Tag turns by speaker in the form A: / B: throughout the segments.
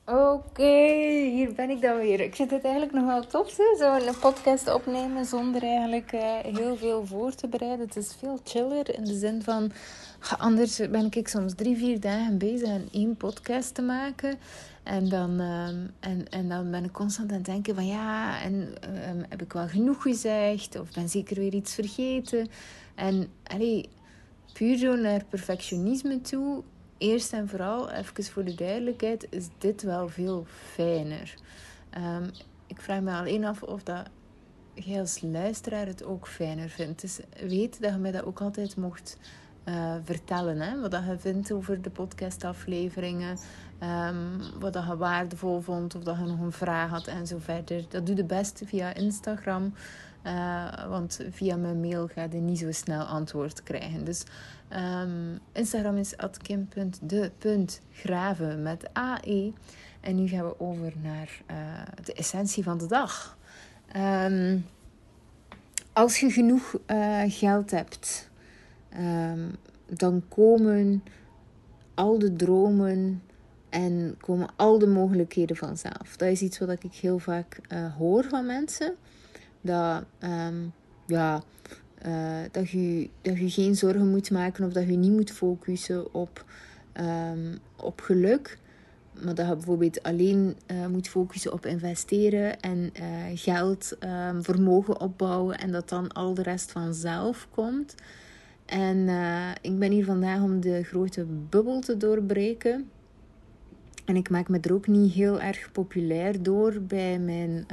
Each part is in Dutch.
A: Oké, hier ben ik dan weer. Ik vind het eigenlijk nog wel tof, zo'n podcast opnemen zonder eigenlijk heel veel voor te bereiden. Het is veel chiller in de zin van, anders ben ik soms 3-4 dagen bezig aan één podcast te maken. En dan ben ik constant aan het denken van ja, heb ik wel genoeg gezegd? Of ben zeker weer iets vergeten? En puur zo naar perfectionisme toe. Eerst en vooral, even voor de duidelijkheid, is dit wel veel fijner. Ik vraag me alleen af of dat jij als luisteraar het ook fijner vindt. Dus weet dat je mij dat ook altijd mocht vertellen. Hè? Wat dat je vindt over de podcastafleveringen. Wat dat je waardevol vond. Of dat je nog een vraag had en zo verder. Dat doe je best via Instagram. Want via mijn mail ga je niet zo snel antwoord krijgen. Dus Instagram is @kim.de.graven met AE. En nu gaan we over naar de essentie van de dag. Als je genoeg geld hebt, dan komen al de dromen en komen al de mogelijkheden vanzelf. Dat is iets wat ik heel vaak hoor van mensen. Dat je geen zorgen moet maken of dat je niet moet focussen op geluk. Maar dat je bijvoorbeeld alleen moet focussen op investeren en geld, vermogen opbouwen. En dat dan al de rest vanzelf komt. En ik ben hier vandaag om de grote bubbel te doorbreken. En ik maak me er ook niet heel erg populair door bij mijn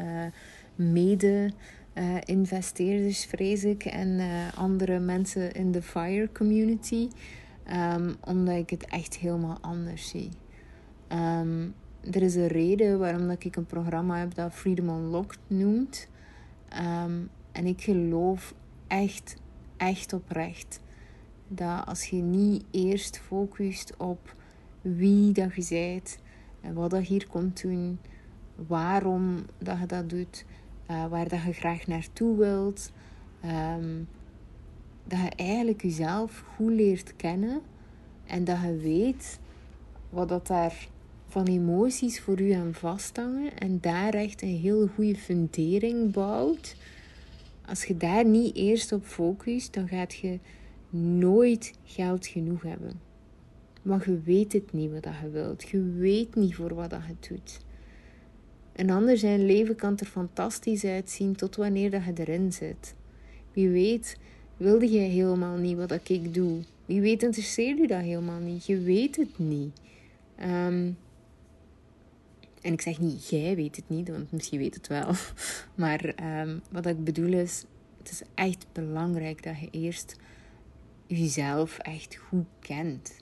A: mede-investeerders, vrees ik. En andere mensen in de FIRE community. Omdat ik het echt helemaal anders zie. Er is een reden waarom dat ik een programma heb dat Freedom Unlocked noemt. En ik geloof echt oprecht dat als je niet eerst focust op wie dat je bent en wat dat je hier komt doen, waarom dat je dat doet, waar dat je graag naartoe wilt, dat je eigenlijk jezelf goed leert kennen en dat je weet wat dat daar van emoties voor u aan vasthangen en daar echt een heel goede fundering bouwt. Als je daar niet eerst op focust, dan gaat je nooit geld genoeg hebben. Maar je weet het niet wat je wilt. Je weet niet voor wat je het doet. Een ander zijn leven kan er fantastisch uitzien tot wanneer dat je erin zit. Wie weet wilde jij helemaal niet wat ik doe. Wie weet interesseert u dat helemaal niet. Je weet het niet. En ik zeg niet, jij weet het niet, want misschien weet het wel. Maar wat ik bedoel is, het is echt belangrijk dat je eerst jezelf echt goed kent.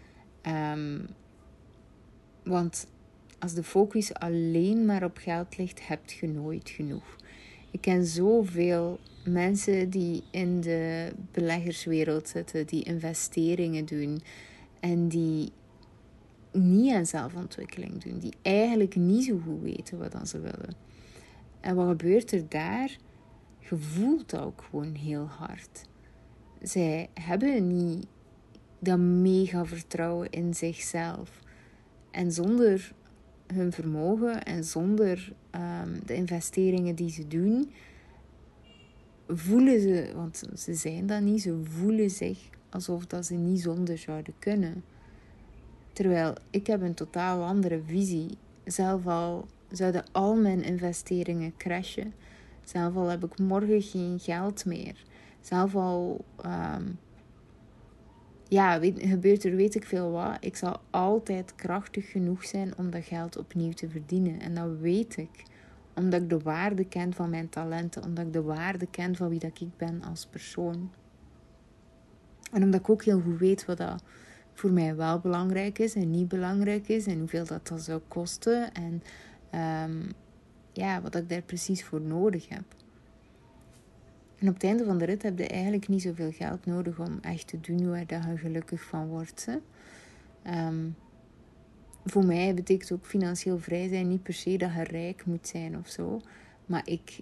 A: Want als de focus alleen maar op geld ligt, heb je nooit genoeg. Ik ken zoveel mensen die in de beleggerswereld zitten, die investeringen doen en die niet aan zelfontwikkeling doen, die eigenlijk niet zo goed weten wat dan ze willen. En wat gebeurt er daar? Je voelt dat ook gewoon heel hard. Zij hebben niet dat mega vertrouwen in zichzelf. En zonder hun vermogen en zonder de investeringen die ze doen, voelen ze, want ze zijn dat niet, ze voelen zich alsof dat ze niet zonder zouden kunnen. Terwijl ik heb een totaal andere visie. Zelf al zouden al mijn investeringen crashen. Zelf al heb ik morgen geen geld meer. Zelf al gebeurt er weet ik veel wat. Ik zal altijd krachtig genoeg zijn om dat geld opnieuw te verdienen. En dat weet ik. Omdat ik de waarde ken van mijn talenten. Omdat ik de waarde ken van wie dat ik ben als persoon. En omdat ik ook heel goed weet wat dat voor mij wel belangrijk is en niet belangrijk is. En hoeveel dat zou kosten. En wat ik daar precies voor nodig heb. En op het einde van de rit heb je eigenlijk niet zoveel geld nodig om echt te doen waar dat je gelukkig van wordt. Voor mij betekent ook financieel vrij zijn niet per se dat je rijk moet zijn of zo. Maar ik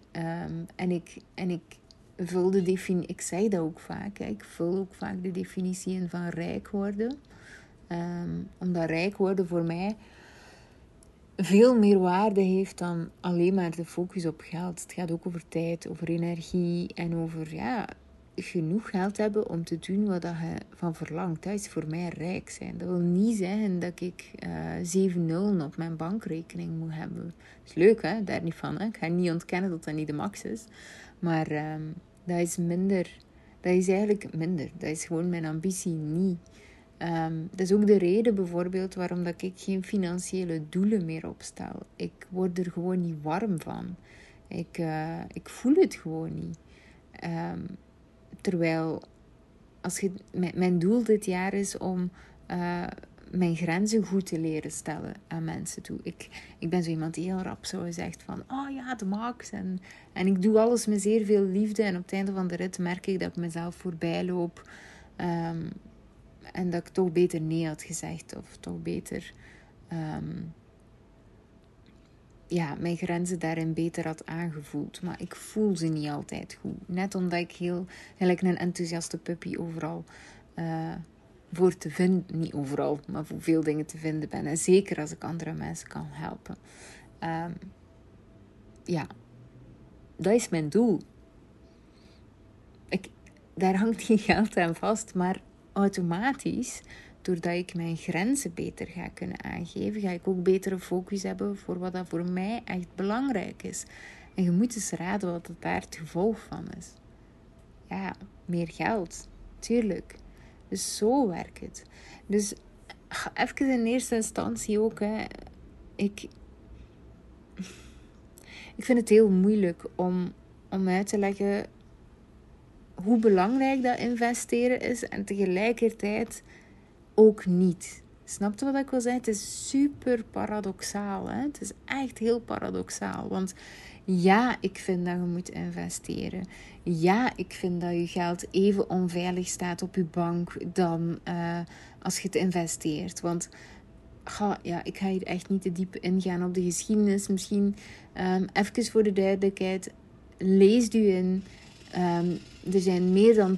A: vul de definitie, ik zeg dat ook vaak. Ik vul ook vaak de definitie in van rijk worden. Omdat rijk worden voor mij veel meer waarde heeft dan alleen maar de focus op geld. Het gaat ook over tijd, over energie en over genoeg geld hebben om te doen wat je van verlangt. Dat is voor mij rijk zijn. Dat wil niet zeggen dat ik 7 nullen op mijn bankrekening moet hebben. Dat is leuk, hè? Daar niet van. Hè? Ik ga niet ontkennen dat dat niet de max is. Maar dat is minder. Dat is eigenlijk minder. Dat is gewoon mijn ambitie niet. Dat is ook de reden bijvoorbeeld waarom dat ik geen financiële doelen meer opstel. Ik word er gewoon niet warm van. Ik voel het gewoon niet. Terwijl mijn doel dit jaar is om mijn grenzen goed te leren stellen aan mensen toe. Ik ben zo iemand die heel rap zo zegt van, oh ja, de max. En ik doe alles met zeer veel liefde. En op het einde van de rit merk ik dat ik mezelf voorbij loop. En dat ik toch beter nee had gezegd. Of toch beter mijn grenzen daarin beter had aangevoeld. Maar ik voel ze niet altijd goed. Net omdat ik heel gelijk een enthousiaste puppy overal voor te vinden. Niet overal, maar voor veel dingen te vinden ben. En zeker als ik andere mensen kan helpen. Dat is mijn doel. Daar hangt geen geld aan vast, maar automatisch, doordat ik mijn grenzen beter ga kunnen aangeven, ga ik ook betere focus hebben voor wat dat voor mij echt belangrijk is. En je moet eens raden wat daar het gevolg van is. Ja, meer geld. Tuurlijk. Dus zo werkt het. Dus even in eerste instantie ook, hè. Ik vind het heel moeilijk om uit te leggen hoe belangrijk dat investeren is en tegelijkertijd ook niet. Snap je wat ik wil zeggen? Het is super paradoxaal. Hè? Het is echt heel paradoxaal. Want ja, ik vind dat je moet investeren. Ja, ik vind dat je geld even onveilig staat op je bank dan als je het investeert. Want ik ga hier echt niet te diep ingaan op de geschiedenis. Misschien even voor de duidelijkheid. Lees u in. Er zijn meer dan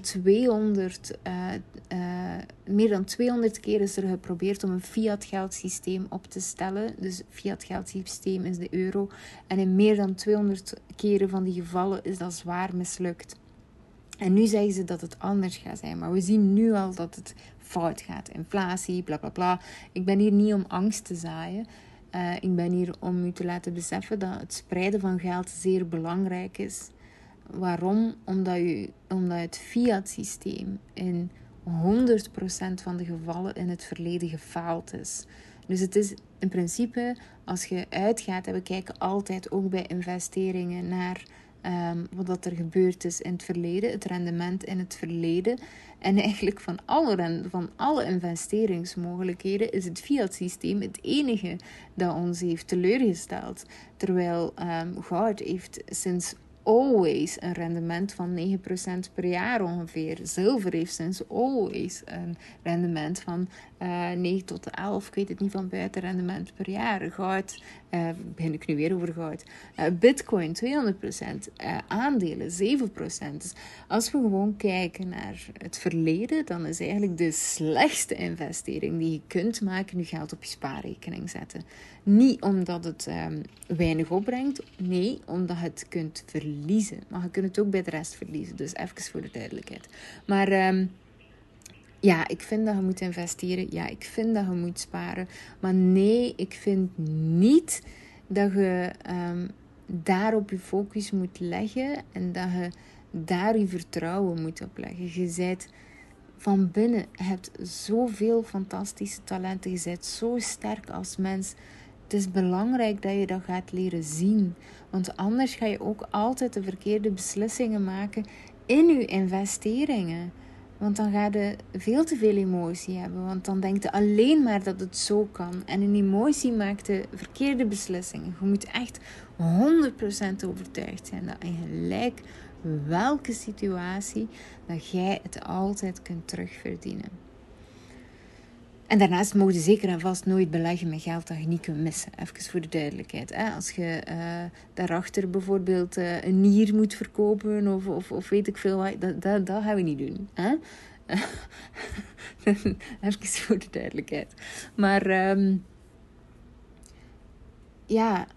A: 200 keer is er geprobeerd om een fiat geldsysteem op te stellen. Dus fiat geldsysteem is de euro. En in meer dan 200 keren van die gevallen is dat zwaar mislukt. En nu zeggen ze dat het anders gaat zijn. Maar we zien nu al dat het fout gaat. Inflatie, bla bla bla. Ik ben hier niet om angst te zaaien. Ik ben hier om u te laten beseffen dat het spreiden van geld zeer belangrijk is. Waarom? Omdat het fiat-systeem in 100% van de gevallen in het verleden gefaald is. Dus het is in principe, als je uitgaat, en we kijken altijd ook bij investeringen naar wat er gebeurd is in het verleden, het rendement in het verleden. En eigenlijk van alle investeringsmogelijkheden is het fiat-systeem het enige dat ons heeft teleurgesteld. Terwijl goud heeft sinds always een rendement van 9% per jaar ongeveer. Zilver heeft sinds always een rendement van 9 tot 11, ik weet het niet van buiten, rendement per jaar. Goud, begin ik nu weer over goud. Bitcoin 200%, aandelen 7%. Dus als we gewoon kijken naar het verleden, dan is eigenlijk de slechtste investering die je kunt maken, je geld op je spaarrekening zetten. Niet omdat het weinig opbrengt, nee, omdat je het kunt verliezen. Maar je kunt het ook bij de rest verliezen, dus even voor de duidelijkheid. Maar ik vind dat je moet investeren. Ja, ik vind dat je moet sparen. Maar nee, ik vind niet dat je daarop je focus moet leggen en dat je daar je vertrouwen moet op leggen. Je bent van binnen, je hebt zoveel fantastische talenten. Je bent zo sterk als mens. Het is belangrijk dat je dat gaat leren zien. Want anders ga je ook altijd de verkeerde beslissingen maken in je investeringen. Want dan ga je veel te veel emotie hebben. Want dan denk je alleen maar dat het zo kan. En een emotie maakt de verkeerde beslissingen. Je moet echt 100% overtuigd zijn dat in gelijk welke situatie dat jij het altijd kunt terugverdienen. En daarnaast mogen je zeker en vast nooit beleggen met geld dat je niet kunt missen. Even voor de duidelijkheid. Hè? Als je daarachter bijvoorbeeld een nier moet verkopen of weet ik veel wat, dat gaan we niet doen. Hè? Even voor de duidelijkheid. Maar ja,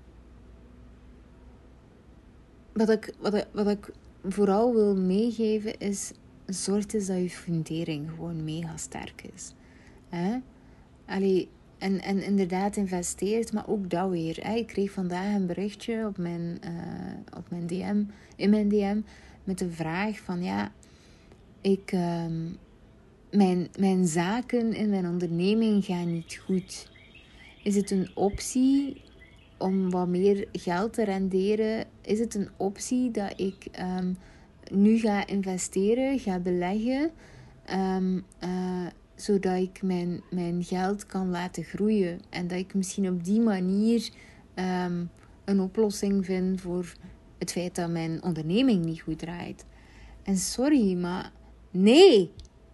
A: wat ik vooral wil meegeven is, zorg eens dat je fundering gewoon mega sterk is. Hè? Allee, en inderdaad investeert, maar ook dat weer. Hè? Ik kreeg vandaag een berichtje op mijn DM, in mijn DM, met de vraag van mijn zaken in mijn onderneming gaan niet goed. Is het een optie om wat meer geld te renderen? Is het een optie dat ik nu ga investeren, ga beleggen, zodat ik mijn geld kan laten groeien en dat ik misschien op die manier een oplossing vind voor het feit dat mijn onderneming niet goed draait? En sorry, maar nee,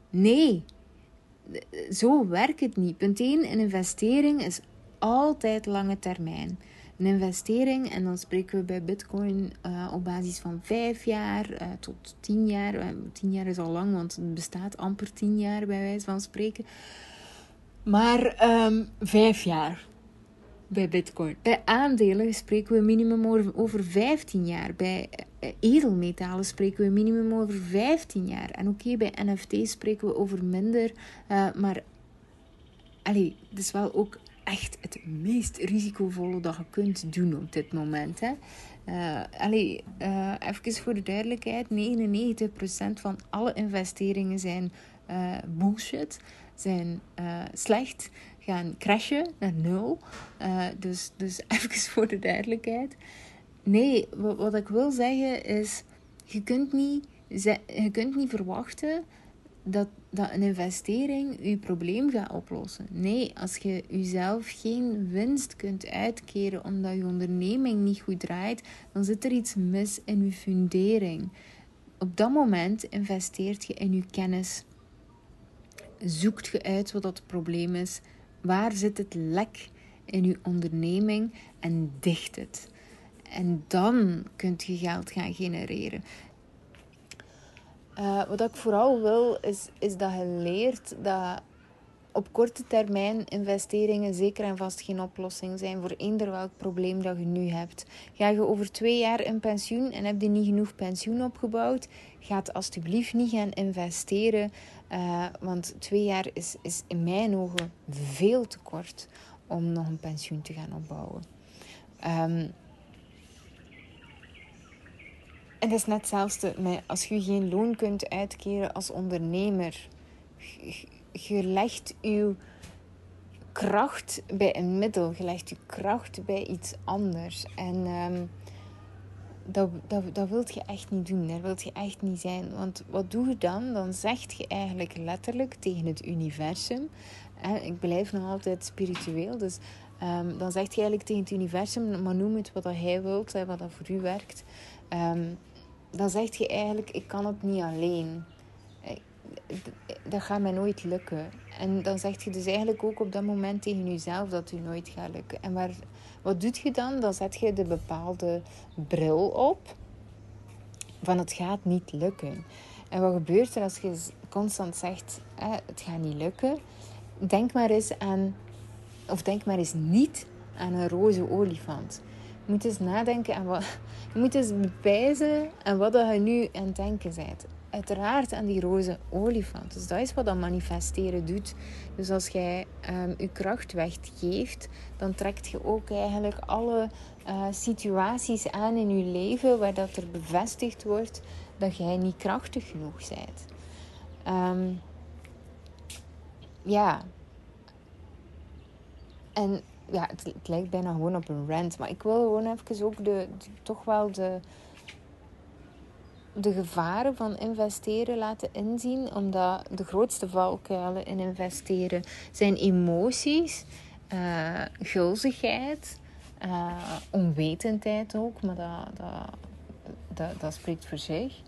A: zo werkt het niet. Punt 1, een investering is altijd lange termijn. Een investering, en dan spreken we bij Bitcoin op basis van 5 jaar tot 10 jaar. 10 jaar is al lang, want het bestaat amper 10 jaar bij wijze van spreken. Maar 5 jaar bij Bitcoin. Bij aandelen spreken we minimum over 15 jaar. Bij edelmetalen spreken we minimum over 15 jaar. En oké, bij NFT's spreken we over minder. Maar het is wel ook echt het meest risicovolle dat je kunt doen op dit moment. Hè. Even voor de duidelijkheid. 99% van alle investeringen zijn bullshit. Zijn slecht. Gaan crashen naar 0. Dus even voor de duidelijkheid. Nee, wat ik wil zeggen is, je kunt niet verwachten dat een investering je probleem gaat oplossen. Nee, als je jezelf geen winst kunt uitkeren omdat je onderneming niet goed draait, dan zit er iets mis in je fundering. Op dat moment investeert je in je kennis. Zoekt je uit wat dat probleem is. Waar zit het lek in je onderneming en dicht het. En dan kun je geld gaan genereren. Wat ik vooral wil, is dat je leert dat op korte termijn investeringen zeker en vast geen oplossing zijn voor eender welk probleem dat je nu hebt. Ga je over 2 jaar in pensioen en heb je niet genoeg pensioen opgebouwd, ga alsjeblieft niet gaan investeren. Want 2 jaar is in mijn ogen veel te kort om nog een pensioen te gaan opbouwen. En dat is net hetzelfde met als je geen loon kunt uitkeren als ondernemer. Je legt je kracht bij een middel. Je legt je kracht bij iets anders. En dat wil je echt niet doen. Dat wil je echt niet zijn. Want wat doe je dan? Dan zeg je eigenlijk letterlijk tegen het universum. Ik blijf nog altijd spiritueel. Dus dan zeg je eigenlijk tegen het universum, maar noem het wat hij wilt, wat dat voor u werkt. Dan zeg je eigenlijk, ik kan het niet alleen. Dat gaat mij nooit lukken. En dan zeg je dus eigenlijk ook op dat moment tegen jezelf dat het nooit gaat lukken. En wat doe je dan? Dan zet je de bepaalde bril op van het gaat niet lukken. En wat gebeurt er als je constant zegt, het gaat niet lukken? Denk maar eens niet aan een roze olifant. Je moet eens nadenken aan je moet eens bewijzen aan wat je nu aan het denken bent. Uiteraard aan die roze olifant. Dus dat is wat dat manifesteren doet. Dus als jij je kracht weggeeft, dan trekt je ook eigenlijk alle situaties aan in je leven waar dat er bevestigd wordt dat jij niet krachtig genoeg bent. En ja, het lijkt bijna gewoon op een rant. Maar ik wil gewoon even ook toch wel de gevaren van investeren laten inzien. Omdat de grootste valkuilen in investeren zijn emoties, gulzigheid, onwetendheid ook. Maar dat spreekt voor zich.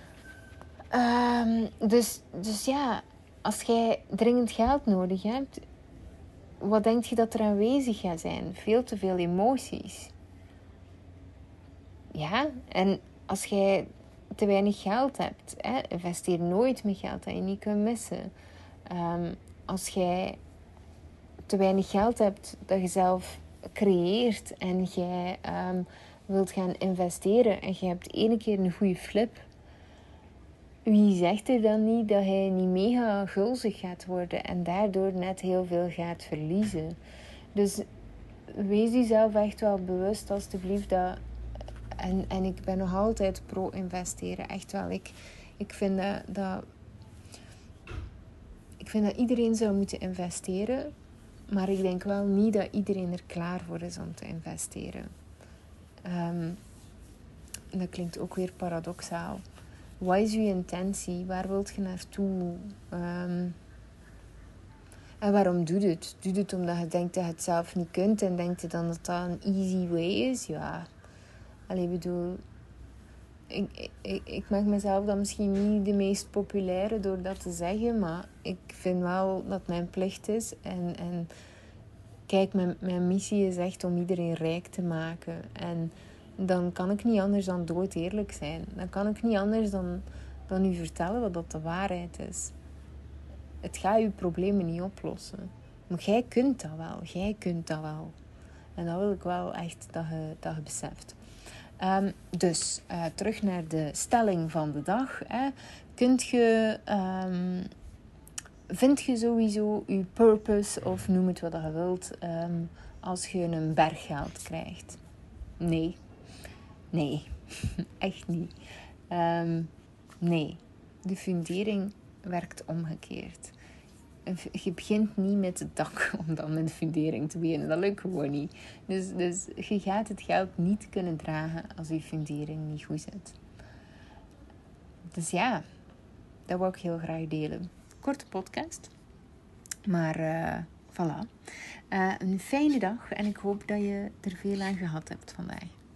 A: Dus ja, als jij dringend geld nodig hebt, wat denk je dat er aanwezig gaat zijn? Veel te veel emoties. Ja, en als jij te weinig geld hebt, investeer nooit met geld dat je niet kunt missen. Als jij te weinig geld hebt dat je zelf creëert en jij wilt gaan investeren en je hebt ene keer een goede flip, wie zegt er dan niet dat hij niet mega gulzig gaat worden en daardoor net heel veel gaat verliezen? Dus wees jezelf echt wel bewust, alstublieft, dat... En ik ben nog altijd pro-investeren. Echt wel. Ik vind dat iedereen zou moeten investeren. Maar ik denk wel niet dat iedereen er klaar voor is om te investeren. Dat klinkt ook weer paradoxaal. Wat is je intentie? Waar wilt je naartoe? En waarom doe je het? Doe je het omdat je denkt dat je het zelf niet kunt en denkt je dan dat dat een easy way is? Ja. Allee, bedoel... Ik maak mezelf dan misschien niet de meest populaire door dat te zeggen, maar ik vind wel dat het mijn plicht is. En kijk, mijn missie is echt om iedereen rijk te maken. En dan kan ik niet anders dan dood eerlijk zijn. Dan kan ik niet anders dan u vertellen wat dat de waarheid is. Het gaat uw problemen niet oplossen. Maar jij kunt dat wel. Jij kunt dat wel. En dat wil ik wel echt dat je beseft. Dus terug naar de stelling van de dag. Vind je sowieso je purpose, of noem het wat je wilt, als je een berg geld krijgt? Nee. Echt niet. Nee. De fundering werkt omgekeerd. Je begint niet met het dak om dan met de fundering te beginnen. Dat lukt gewoon niet. Dus je gaat het geld niet kunnen dragen als je fundering niet goed zit. Dus ja, dat wil ik heel graag delen. Korte podcast. Maar voilà. Een fijne dag en ik hoop dat je er veel aan gehad hebt vandaag.